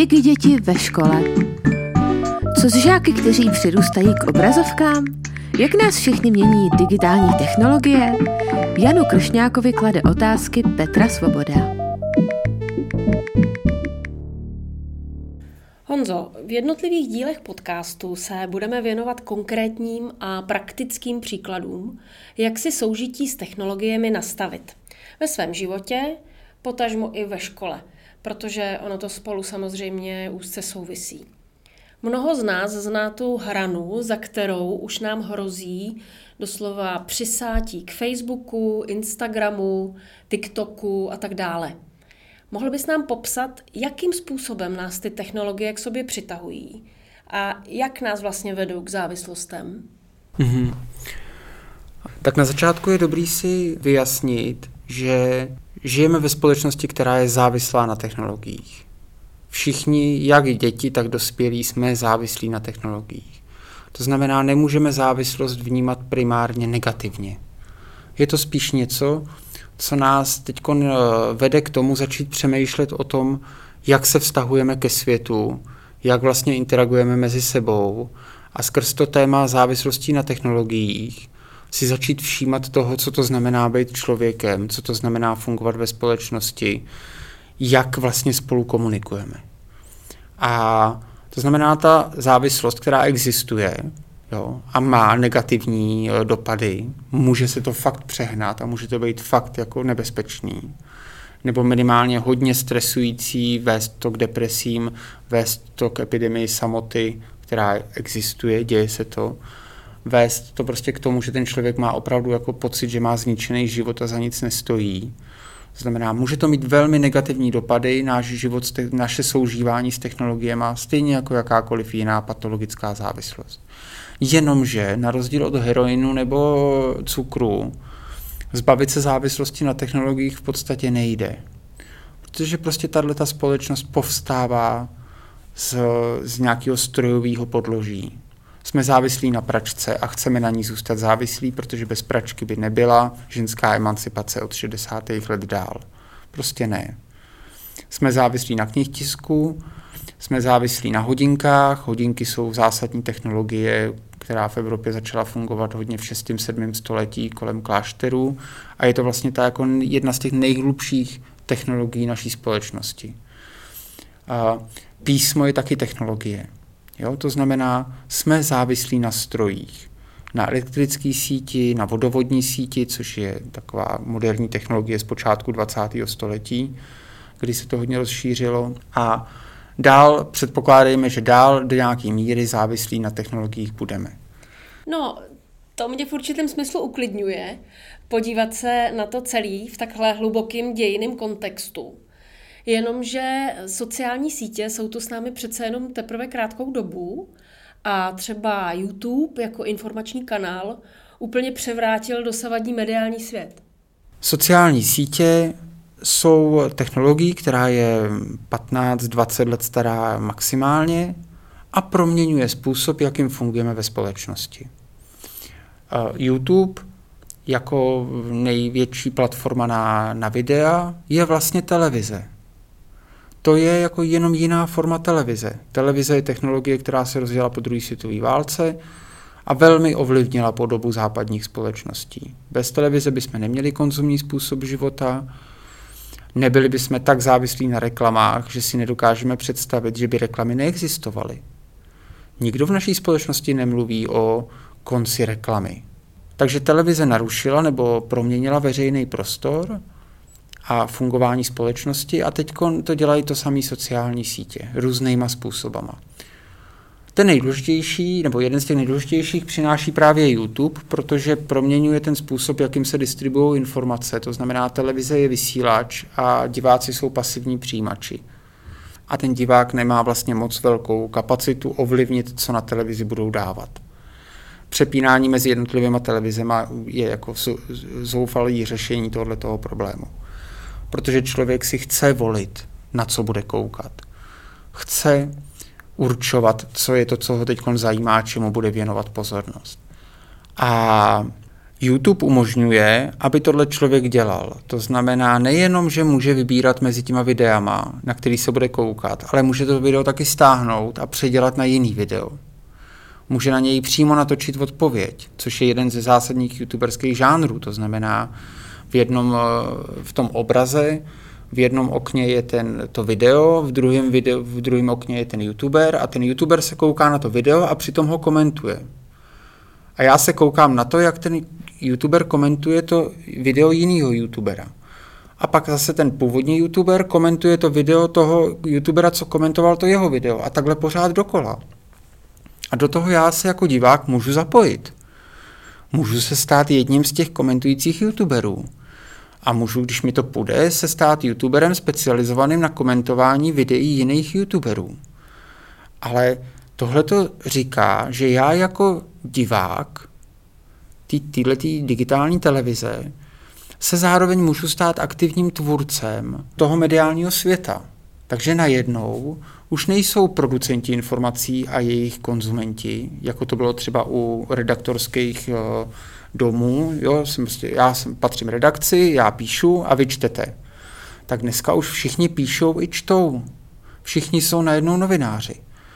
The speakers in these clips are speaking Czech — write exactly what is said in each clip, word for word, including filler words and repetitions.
Digi děti ve škole. Co s žáky, kteří přirůstají k obrazovkám? Jak nás všichni mění digitální technologie? Janu Kršňákovi klade otázky Petra Svoboda. Honzo, v jednotlivých dílech podcastu se budeme věnovat konkrétním a praktickým příkladům, jak si soužití s technologiemi nastavit. Ve svém životě, potažmo i ve škole, protože ono to spolu samozřejmě úzce souvisí. Mnoho z nás zná tu hranu, za kterou už nám hrozí doslova přisátí k Facebooku, Instagramu, TikToku a tak dále. Mohl bys nám popsat, jakým způsobem nás ty technologie k sobě přitahují a jak nás vlastně vedou k závislostem? Mm-hmm. Tak na začátku je dobrý si vyjasnit, že žijeme ve společnosti, která je závislá na technologiích. Všichni, jak děti, tak dospělí, jsme závislí na technologiích. To znamená, nemůžeme závislost vnímat primárně negativně. Je to spíš něco, co nás teď vede k tomu začít přemýšlet o tom, jak se vztahujeme ke světu, jak vlastně interagujeme mezi sebou a skrz to téma závislostí na technologiích si začít všímat toho, co to znamená být člověkem, co to znamená fungovat ve společnosti, jak vlastně spolu komunikujeme. A to znamená ta závislost, která existuje, jo, a má negativní dopady, může se to fakt přehnat a může to být fakt jako nebezpečný. Nebo minimálně hodně stresující, vést to k depresím, vést to k epidemii samoty, která existuje, děje se to. Vést to prostě k tomu, že ten člověk má opravdu jako pocit, že má zničený život a za nic nestojí. To znamená, může to mít velmi negativní dopady, náš život, naše soužívání s technologiemi, stejně jako jakákoliv jiná patologická závislost. Jenomže na rozdíl od heroinu nebo cukru, zbavit se závislosti na technologiích v podstatě nejde. Protože prostě tato společnost povstává z, z nějakého strojového podloží. Jsme závislí na pračce a chceme na ní zůstat závislí, protože bez pračky by nebyla ženská emancipace od šedesátých let dál. Prostě ne. Jsme závislí na knihtisku, jsme závislí na hodinkách. Hodinky jsou zásadní technologie, která v Evropě začala fungovat hodně v šestém sedmém století kolem klášterů a je to vlastně ta jako jedna z těch nejhlubších technologií naší společnosti. A písmo je taky technologie. Jo, to znamená, jsme závislí na strojích, na elektrické síti, na vodovodní síti, což je taková moderní technologie z počátku dvacátého století, kdy se to hodně rozšířilo. A dál předpokládejme, že dál do nějaké míry závislí na technologiích budeme. No, to mě v určitém smyslu uklidňuje, podívat se na to celý v takhle hlubokým dějinném kontextu. Jenomže sociální sítě jsou tu s námi přece jenom teprve krátkou dobu a třeba YouTube jako informační kanál úplně převrátil dosavadní mediální svět. Sociální sítě jsou technologií, která je patnáct dvacet let stará maximálně a proměňuje způsob, jakým fungujeme ve společnosti. YouTube jako největší platforma na, na videa je vlastně televize. To je jako jenom jiná forma televize. Televize je technologie, která se rozjela po druhé světové válce a velmi ovlivnila podobu západních společností. Bez televize bychom neměli konzumní způsob života, nebyli bychom tak závislí na reklamách, že si nedokážeme představit, že by reklamy neexistovaly. Nikdo v naší společnosti nemluví o konci reklamy. Takže televize narušila nebo proměnila veřejný prostor a fungování společnosti a teď to dělají to samé sociální sítě, různýma způsobama. Ten nejdůležitější, nebo jeden z těch nejdůležitějších přináší právě YouTube, protože proměňuje ten způsob, jakým se distribuují informace. To znamená, televize je vysílač a diváci jsou pasivní přijímači. A ten divák nemá vlastně moc velkou kapacitu ovlivnit, co na televizi budou dávat. Přepínání mezi jednotlivými televizema je jako zoufalé řešení tohoto problému. Protože člověk si chce volit, na co bude koukat. Chce určovat, co je to, co ho teď zajímá, čemu bude věnovat pozornost. A YouTube umožňuje, aby tohle člověk dělal. To znamená nejenom, že může vybírat mezi těma videama, na který se bude koukat, ale může to video taky stáhnout a předělat na jiný video. Může na něj přímo natočit odpověď, což je jeden ze zásadních youtuberských žánrů. To znamená, v jednom v tom obraze, v jednom okně je ten, to video, v druhém video, v druhém okně je ten youtuber a ten youtuber se kouká na to video a přitom ho komentuje. A já se koukám na to, jak ten youtuber komentuje to video jiného youtubera. A pak zase ten původní youtuber komentuje to video toho youtubera, co komentoval to jeho video. A takhle pořád dokola. A do toho já se jako divák můžu zapojit. Můžu se stát jedním z těch komentujících youtuberů. A můžu, když mi to půjde, se stát youtuberem specializovaným na komentování videí jiných youtuberů. Ale tohle to říká, že já jako divák této digitální televize se zároveň můžu stát aktivním tvůrcem toho mediálního světa. Takže najednou už nejsou producenti informací a jejich konzumenti, jako to bylo třeba u redaktorských uh, domů. Jo, jsem prostě, já jsem, patřím redakci, já píšu a vy čtete. Tak dneska už všichni píšou i čtou. Všichni jsou najednou novináři.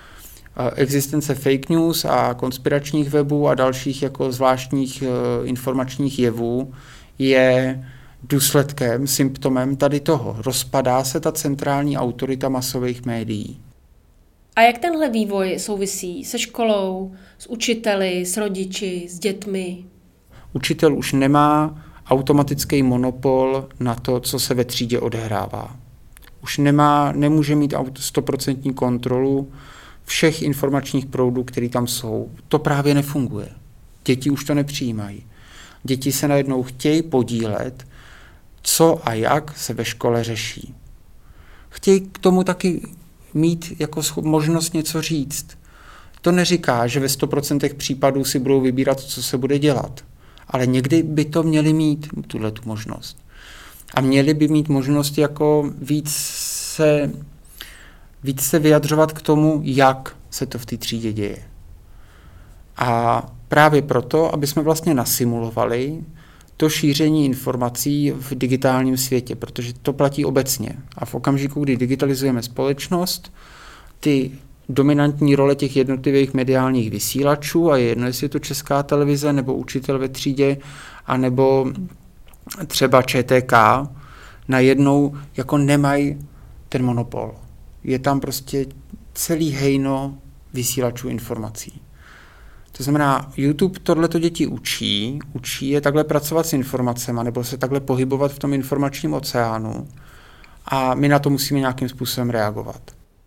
Existence fake news a konspiračních webů a dalších jako zvláštních uh, informačních jevů je důsledkem, symptomem tady toho. Rozpadá se ta centrální autorita masových médií. A jak tenhle vývoj souvisí se školou, s učiteli, s rodiči, s dětmi? Učitel už nemá automatický monopol na to, co se ve třídě odehrává. Už nemá, nemůže mít stoprocentní kontrolu všech informačních proudů, které tam jsou. To právě nefunguje. Děti už to nepřijímají. Děti se najednou chtějí podílet, co a jak se ve škole řeší. Chtějí k tomu taky mít jako možnost něco říct. To neříká, že ve sto procent případů si budou vybírat, co se bude dělat. Ale někdy by to měli mít, tuhle tu možnost. A měli by mít možnost jako víc se, víc se vyjadřovat k tomu, jak se to v té třídě děje. A právě proto, aby jsme vlastně nasimulovali to šíření informací v digitálním světě, protože to platí obecně. A v okamžiku, kdy digitalizujeme společnost, ty dominantní role těch jednotlivých mediálních vysílačů, a je jedno, jestli je to Česká televize, nebo učitel ve třídě, anebo třeba Č T K, najednou jako nemají ten monopol. Je tam prostě celý hejno vysílačů informací. To znamená, YouTube tohleto děti učí, učí je takhle pracovat s informacemi, nebo se takhle pohybovat v tom informačním oceánu a my na to musíme nějakým způsobem reagovat.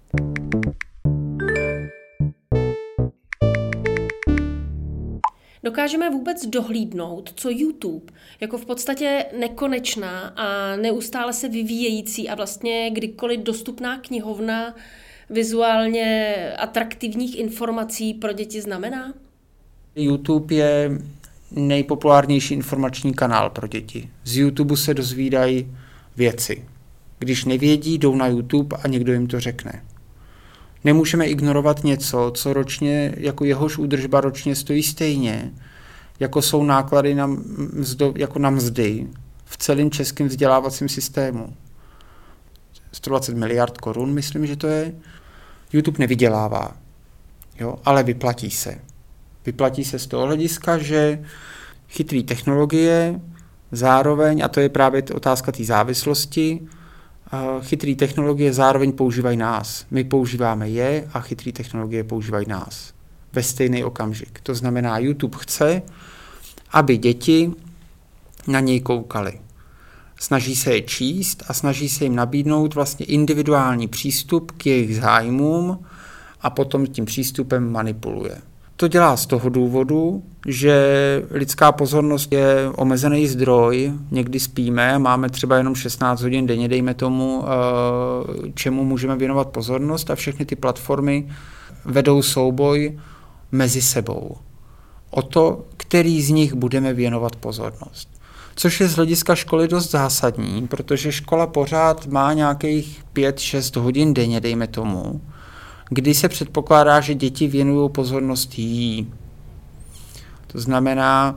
Dokážeme vůbec dohlídnout, co YouTube, jako v podstatě nekonečná a neustále se vyvíjející a vlastně kdykoliv dostupná knihovna vizuálně atraktivních informací pro děti znamená? YouTube je nejpopulárnější informační kanál pro děti. Z YouTube se dozvídají věci. Když nevědí, jdou na YouTube a někdo jim to řekne. Nemůžeme ignorovat něco, co ročně, jako jehož údržba ročně stojí stejně, jako jsou náklady na, mzdo, jako na mzdy v celém českém vzdělávacím systému. sto dvacet miliard korun, myslím, že to je. YouTube nevydělává, jo, ale vyplatí se. Vyplatí se z toho hlediska, že chytrý technologie zároveň, a to je právě otázka té závislosti, chytrý technologie zároveň používají nás. My používáme je a chytrý technologie používají nás. Ve stejný okamžik. To znamená, YouTube chce, aby děti na něj koukali. Snaží se je číst a snaží se jim nabídnout vlastně individuální přístup k jejich zájmům a potom tím přístupem manipuluje. To dělá z toho důvodu, že lidská pozornost je omezený zdroj, někdy spíme, máme třeba jenom šestnáct hodin denně, dejme tomu, čemu můžeme věnovat pozornost a všechny ty platformy vedou souboj mezi sebou. O to, který z nich budeme věnovat pozornost. Což je z hlediska školy dost zásadní, protože škola pořád má nějakých pět šest hodin denně, dejme tomu, kdy se předpokládá, že děti věnují pozornost jí. To znamená,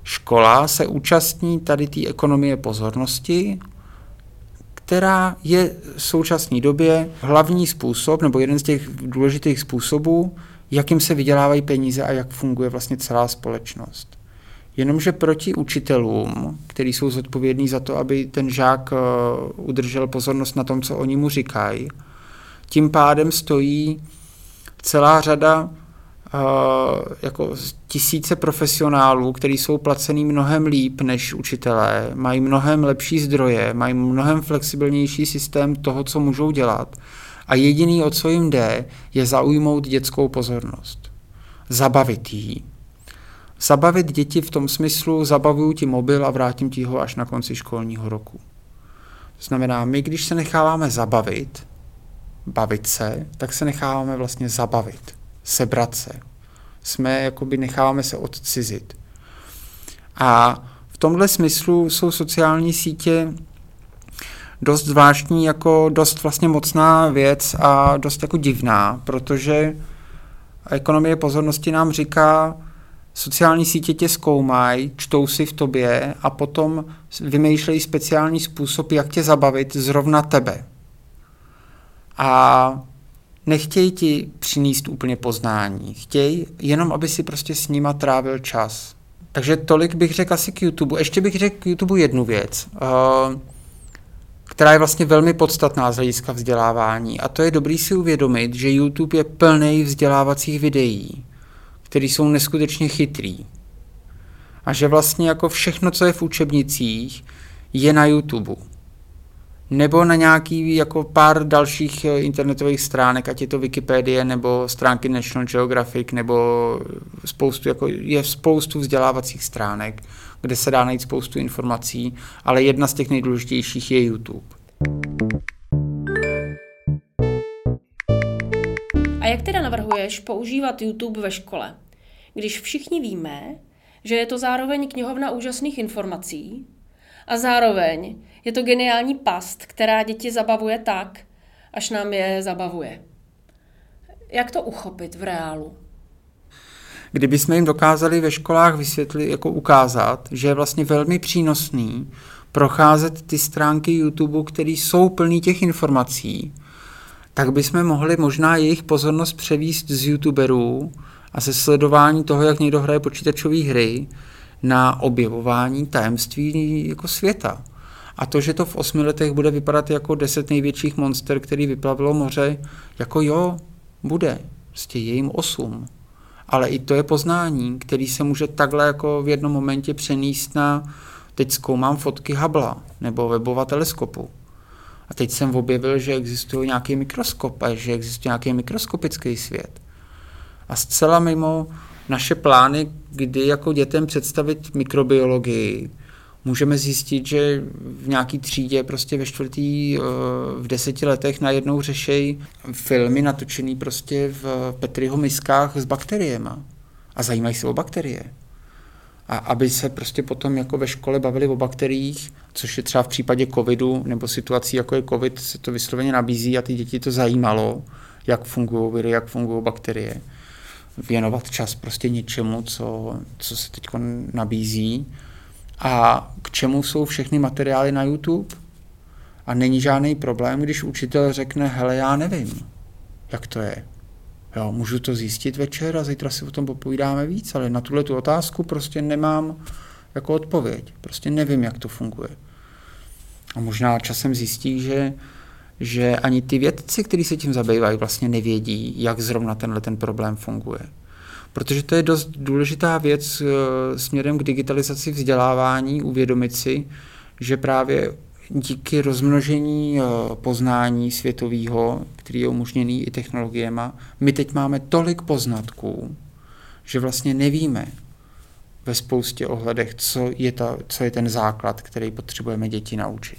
škola se účastní tady té ekonomie pozornosti, která je v současné době hlavní způsob, nebo jeden z těch důležitých způsobů, jakým se vydělávají peníze a jak funguje vlastně celá společnost. Jenomže proti učitelům, kteří jsou zodpovědní za to, aby ten žák udržel pozornost na tom, co oni mu říkají, tím pádem stojí celá řada uh, jako tisíce profesionálů, kteří jsou placený mnohem líp než učitelé, mají mnohem lepší zdroje, mají mnohem flexibilnější systém toho, co můžou dělat. A jediný, o co jim jde, je zaujmout dětskou pozornost. Zabavit jí. Zabavit děti v tom smyslu, zabavuju ti mobil a vrátím ti ho až na konci školního roku. To znamená, my, když se necháváme zabavit, bavit se, tak se necháváme vlastně zabavit, sebrat se. Jsme, jakoby necháváme se odcizit. A v tomhle smyslu jsou sociální sítě dost zvláštní, jako dost vlastně mocná věc a dost jako divná, protože ekonomie pozornosti nám říká, sociální sítě tě zkoumají, čtou si v tobě a potom vymýšlejí speciální způsob, jak tě zabavit zrovna tebe. A nechtějí ti přinést úplně poznání. Chtějí jenom, aby si prostě s nima trávil čas. Takže tolik bych řekl asi k YouTube. Ještě bych řekl k YouTube jednu věc, která je vlastně velmi podstatná z hlediska vzdělávání. A to je dobrý si uvědomit, že YouTube je plný vzdělávacích videí, které jsou neskutečně chytrý. A že vlastně jako všechno, co je v učebnicích, je na YouTube. Nebo na nějaký jako pár dalších internetových stránek, ať je to Wikipedie, nebo stránky National Geographic, nebo spoustu, jako je spoustu vzdělávacích stránek, kde se dá najít spoustu informací, ale jedna z těch nejdůležitějších je YouTube. A jak teda navrhuješ používat YouTube ve škole, když všichni víme, že je to zároveň knihovna úžasných informací a zároveň je to geniální past, která děti zabavuje tak, až nám je zabavuje? Jak to uchopit v reálu? Kdybychom jim dokázali ve školách vysvětlit, jako ukázat, že je vlastně velmi přínosný procházet ty stránky YouTube, které jsou plný těch informací, tak bychom mohli možná jejich pozornost převést z youtuberů a ze sledování toho, jak někdo hraje počítačové hry, na objevování tajemství jako světa. A to, že to v osmi letech bude vypadat jako deset největších monster, který vyplavilo moře, jako jo, bude. Prostě je jim osm. Ale i to je poznání, který se může takhle jako v jednom momentě přenést na teď zkoumám fotky Hubbla nebo Webbova teleskopu. A teď jsem objevil, že existuje nějaký mikroskop a že existuje nějaký mikroskopický svět. A zcela mimo naše plány, kdy jako dětem představit mikrobiologii, můžeme zjistit, že v nějaký třídě prostě ve čtvrtý, v deseti letech najednou řešejí filmy natočený prostě v Petriho miskách s bakteriema a zajímají se o bakterie. A aby se prostě potom jako ve škole bavili o bakteriích, což je třeba v případě covidu nebo situací jako je covid, se to vysloveně nabízí a ty děti to zajímalo, jak fungují viry, jak fungují bakterie. Věnovat čas prostě něčemu, co, co se teď nabízí. A k čemu jsou všechny materiály na YouTube? A není žádný problém, když učitel řekne, hele, já nevím, jak to je. Jo, můžu to zjistit večer a zítra si o tom popovídáme víc, ale na tuhle tu otázku prostě nemám jako odpověď. Prostě nevím, jak to funguje. A možná časem zjistí, že, že ani ty vědci, kteří se tím zabývají, vlastně nevědí, jak zrovna tenhle ten problém funguje. Protože to je dost důležitá věc e, směrem k digitalizaci vzdělávání, uvědomit si, že právě díky rozmnožení e, poznání světového, který je umožněný i technologiema, my teď máme tolik poznatků, že vlastně nevíme ve spoustě ohledech, co je, ta, co je ten základ, který potřebujeme děti naučit.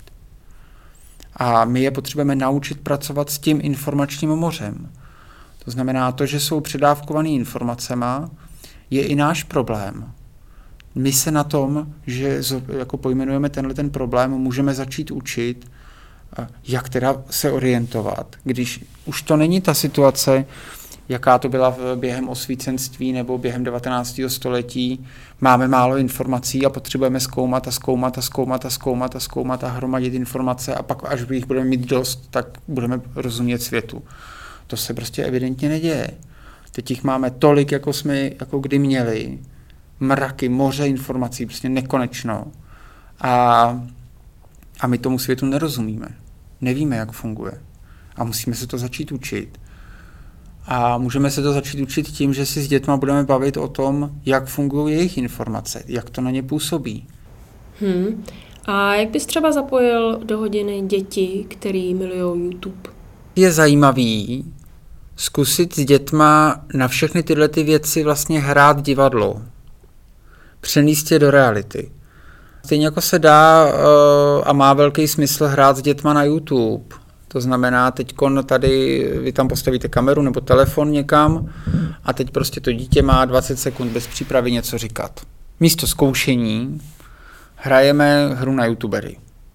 A my je potřebujeme naučit pracovat s tím informačním mořem. To znamená, to, že jsou předávkované informacema, je i náš problém. My se na tom, že jako pojmenujeme tenhle ten problém, můžeme začít učit, jak teda se orientovat, když už to není ta situace, jaká to byla během osvícenství nebo během devatenáctého století. Máme málo informací a potřebujeme zkoumat a zkoumat a zkoumat a zkoumat a zkoumat a hromadit informace a pak, až jich budeme mít dost, tak budeme rozumět světu. To se prostě evidentně neděje. Teď jich máme tolik, jako jsme jako kdy měli. Mraky, moře informací, prostě nekonečno. A, a my tomu světu nerozumíme. Nevíme, jak funguje. A musíme se to začít učit. A můžeme se to začít učit tím, že si s dětma budeme bavit o tom, jak fungují jejich informace, jak to na ně působí. Hmm. A jak bys třeba zapojil do hodiny děti, který milují YouTube? Je zajímavý zkusit s dětma na všechny tyhle ty věci vlastně hrát divadlo. Přenést je do reality. Stejně jako se dá uh, a má velký smysl hrát s dětma na YouTube. To znamená, teďkon tady vy tam postavíte kameru nebo telefon někam a teď prostě to dítě má dvacet sekund bez přípravy něco říkat. Místo zkoušení hrajeme hru na youtubery.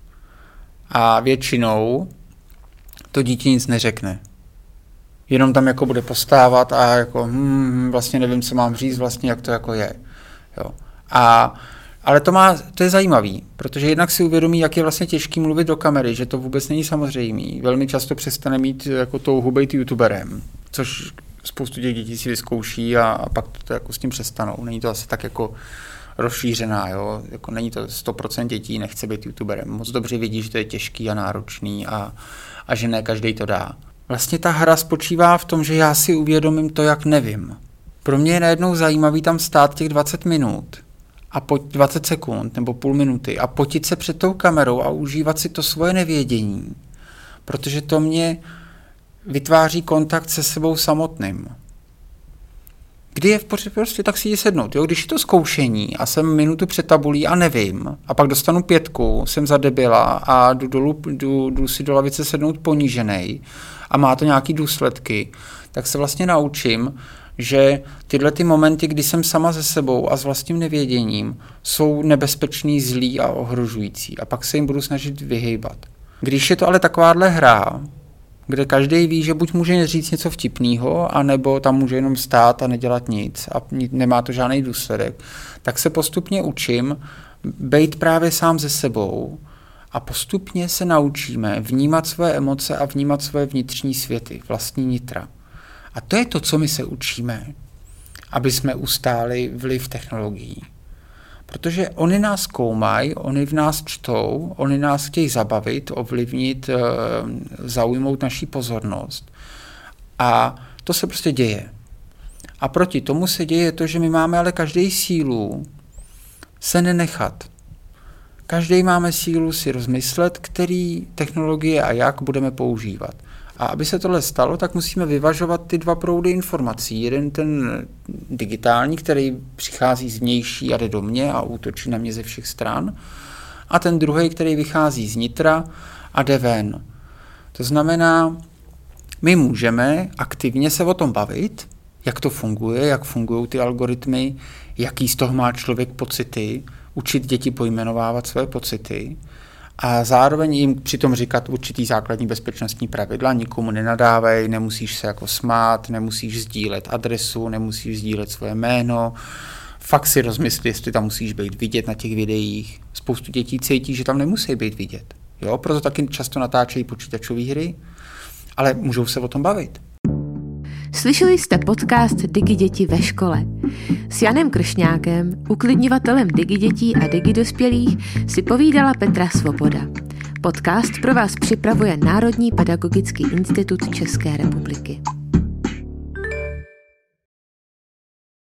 A většinou to dítě nic neřekne. Jenom tam jako bude postávat a jako hmm, vlastně nevím, co mám říct, vlastně jak to jako je. Jo. A ale to, má, to je zajímavý, protože jednak si uvědomí, jak je vlastně těžký mluvit do kamery, že to vůbec není samozřejmý. Velmi často přestane mít jako touhu být youtuberem, což spoustu těch dětí si vyzkouší a, a pak to jako s tím přestanou. Není to asi tak jako rozšířená, jo? Jako není to sto procent dětí nechce být youtuberem. Moc dobře vidí, že to je těžký a náročný a, a že ne každý to dá. Vlastně ta hra spočívá v tom, že já si uvědomím to, jak nevím. Pro mě je najednou zajímavý tam stát těch dvacet minut a po dvacet sekund nebo půl minuty a potit se před tou kamerou a užívat si to svoje nevědění, protože to mě vytváří kontakt se sebou samotným. Kdy je v pořádku, prostě tak si jdi sednout. Jo? Když je to zkoušení a jsem minutu před tabulí a nevím a pak dostanu pětku, jsem za debila a jdu, dolů, jdu, jdu si do lavice sednout poníženej a má to nějaký důsledky, tak se vlastně naučím, že tyhle ty momenty, kdy jsem sama se sebou a s vlastním nevěděním, jsou nebezpečný, zlý a ohrožující. A pak se jim budu snažit vyhejbat. Když je to ale takováhle hra, kde každý ví, že buď může říct něco vtipného, anebo tam může jenom stát a nedělat nic a nemá to žádný důsledek, tak se postupně učím být právě sám se sebou a postupně se naučíme vnímat své emoce a vnímat své vnitřní světy, vlastní nitra. A to je to, co my se učíme, aby jsme ustáli vliv technologií. Protože oni nás zkoumají, oni v nás čtou, oni nás chtějí zabavit, ovlivnit, zaujmout naši pozornost. A to se prostě děje. A proti tomu se děje to, že my máme ale každý sílu se nenechat. Každý máme sílu si rozmyslet, který technologie a jak budeme používat. A aby se tohle stalo, tak musíme vyvažovat ty dva proudy informací. Jeden ten digitální, který přichází zvnější a jde do mě a útočí na mě ze všech stran. A ten druhý, který vychází z nitra a jde ven. To znamená, my můžeme aktivně se o tom bavit, jak to funguje, jak fungují ty algoritmy, jaký z toho má člověk pocity, učit děti pojmenovávat své pocity, a zároveň jim přitom říkat určitý základní bezpečnostní pravidla, nikomu nenadávej, nemusíš se jako smát, nemusíš sdílet adresu, nemusíš sdílet svoje jméno, fakt si rozmysli, jestli tam musíš být vidět na těch videích. Spoustu dětí cítí, že tam nemusí být vidět. Jo? Proto taky často natáčejí počítačové hry, ale můžou se o tom bavit. Slyšeli jste podcast DigiDěti ve škole. S Janem Kršňákem, uklidňovatelem DigiDětí a DigiDospělých, si povídala Petra Svoboda. Podcast pro vás připravuje Národní pedagogický institut České republiky.